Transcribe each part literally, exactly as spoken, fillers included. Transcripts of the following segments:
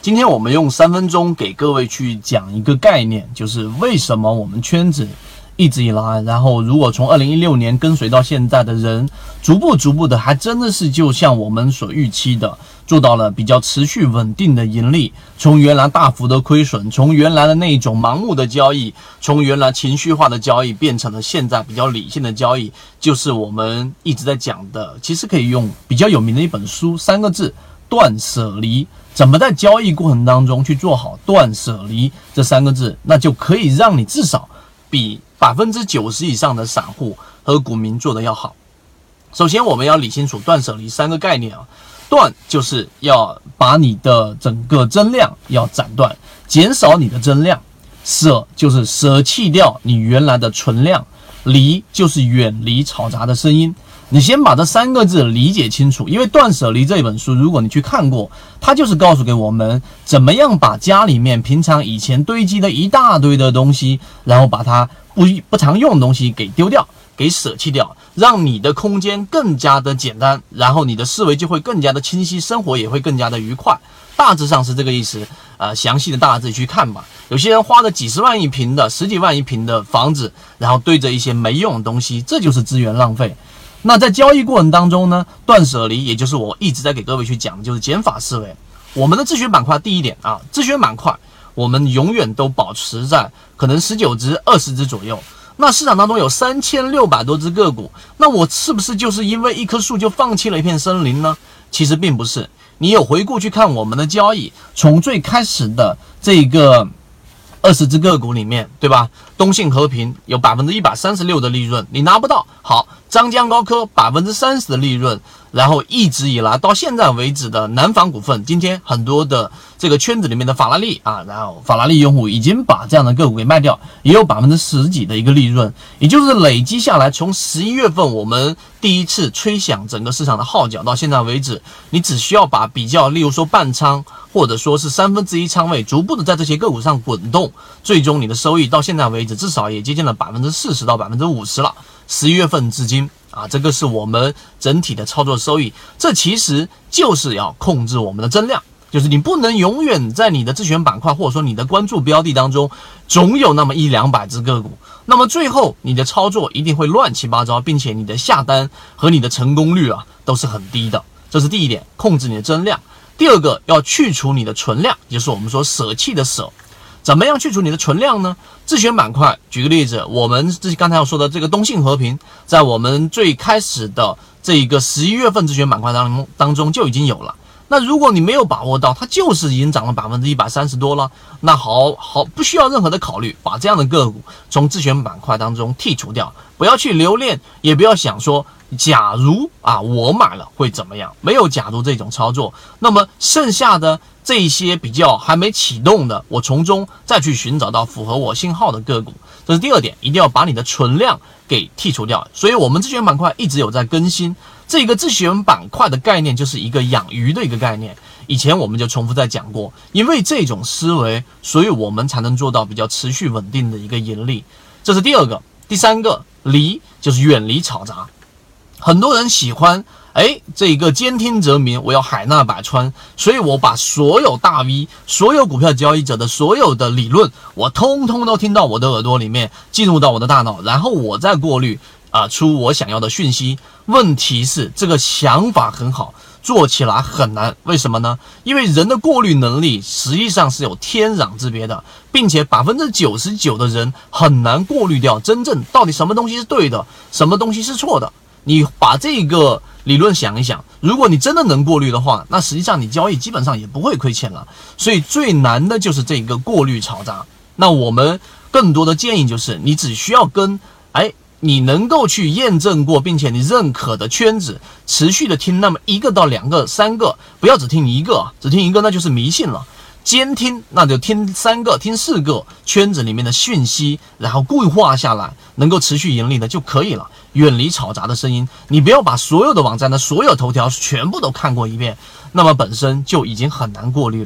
今天我们用三分钟给各位去讲一个概念，就是为什么我们圈子一直以来，然后如果从二零一六年跟随到现在的人，逐步逐步的还真的是就像我们所预期的，做到了比较持续稳定的盈利，从原来大幅的亏损，从原来的那种盲目的交易，从原来情绪化的交易变成了现在比较理性的交易，就是我们一直在讲的，其实可以用比较有名的一本书，三个字，断舍离。怎么在交易过程当中去做好断舍离这三个字，那就可以让你至少比百分之九十以上的散户和股民做的要好。首先我们要理清楚断舍离三个概念啊，断就是要把你的整个增量要斩断，减少你的增量；舍就是舍弃掉你原来的存量；离就是远离嘈杂的声音。你先把这三个字理解清楚，因为断舍离这本书如果你去看过，它就是告诉给我们怎么样把家里面平常以前堆积的一大堆的东西，然后把它不不常用的东西给丢掉，给舍弃掉，让你的空间更加的简单，然后你的思维就会更加的清晰，生活也会更加的愉快。大致上是这个意思，呃，详细的大家自己去看吧。有些人花了几十万一平的、十几万一平的房子，然后堆着一些没用的东西，这就是资源浪费。那在交易过程当中呢，断舍离也就是我一直在给各位去讲的，就是减法思维。我们的自选板块第一点啊，自选板块我们永远都保持在可能十九只、二十只左右。那市场当中有三千六百多只个股，那我是不是就是因为一棵树就放弃了一片森林呢？其实并不是。你有回顾去看我们的交易，从最开始的这个二十只个股里面，对吧？东信和平有 百分之一百三十六 的利润，你拿不到。好，张江高科 百分之三十 的利润，然后一直以来到现在为止的南方股份，今天很多的这个圈子里面的法拉利啊，然后法拉利用户已经把这样的个股给卖掉，也有百分之十几的一个利润，也就是累积下来，从十一月份我们第一次吹响整个市场的号角到现在为止，你只需要把比较，例如说半仓或者说是三分之一仓位，逐步的在这些个股上滚动，最终你的收益到现在为止至少也接近了百分之四十到百分之五十了。十一月份至今啊，这个是我们整体的操作收益。这其实就是要控制我们的增量，就是你不能永远在你的自选板块或者说你的关注标的当中总有那么一两百只个股，那么最后你的操作一定会乱七八糟，并且你的下单和你的成功率啊都是很低的。这是第一点，控制你的增量。第二个，要去除你的存量，也就是我们说舍弃的舍。怎么样去除你的存量呢？自选板块，举个例子，我们这刚才要说的这个东信和平，在我们最开始的这个十一月份自选板块当中当中就已经有了。那如果你没有把握到，它就是已经涨了百分之一百三十多了，那好好不需要任何的考虑，把这样的个股从自选板块当中剔除掉，不要去留恋，也不要想说假如啊我买了会怎么样，没有假如这种操作。那么剩下的这一些比较还没启动的，我从中再去寻找到符合我信号的个股，这是第二点，一定要把你的存量给剔除掉。所以我们自选板块一直有在更新。这个自选板块的概念就是一个养鱼的一个概念，以前我们就重复在讲过，因为这种思维，所以我们才能做到比较持续稳定的一个盈利。这是第二个。第三个，离就是远离嘈杂。很多人喜欢哎，这个兼听则明，我要海纳百川，所以我把所有大 V、所有股票交易者的所有的理论，我通通都听到我的耳朵里面，进入到我的大脑，然后我再过滤啊出我想要的讯息。问题是这个想法很好，做起来很难。为什么呢？因为人的过滤能力实际上是有天壤之别的，并且 百分之九十九 的人很难过滤掉真正到底什么东西是对的，什么东西是错的。你把这个理论想一想，如果你真的能过滤的话，那实际上你交易基本上也不会亏钱了。所以最难的就是这个过滤嘈杂。那我们更多的建议就是，你只需要跟哎你能够去验证过并且你认可的圈子持续的听那么一个到两个三个，不要只听一个，只听一个那就是迷信了。监听那就听三个听四个圈子里面的讯息，然后固化下来，能够持续盈利的就可以了。远离嘈杂的声音，你不要把所有的网站的所有头条全部都看过一遍，那么本身就已经很难过滤了。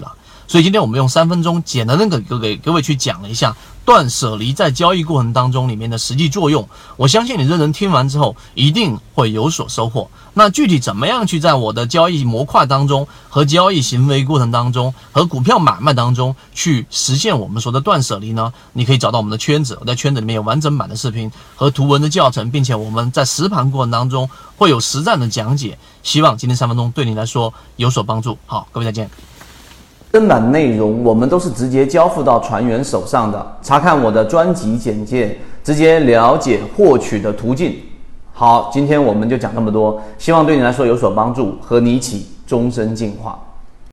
所以今天我们用三分钟简单的给给各位去讲了一下断舍离在交易过程当中里面的实际作用。我相信你认真听完之后一定会有所收获。那具体怎么样去在我的交易模块当中和交易行为过程当中和股票买卖当中去实现我们说的断舍离呢？你可以找到我们的圈子，我在圈子里面有完整版的视频和图文的教程，并且我们在实盘过程当中会有实战的讲解。希望今天三分钟对你来说有所帮助。好，各位再见。 正版内容我们都是直接交付到船员手上的，查看我的专辑简介，直接了解获取的途径。好，今天我们就讲这么多，希望对你来说有所帮助，和你一起终身进化。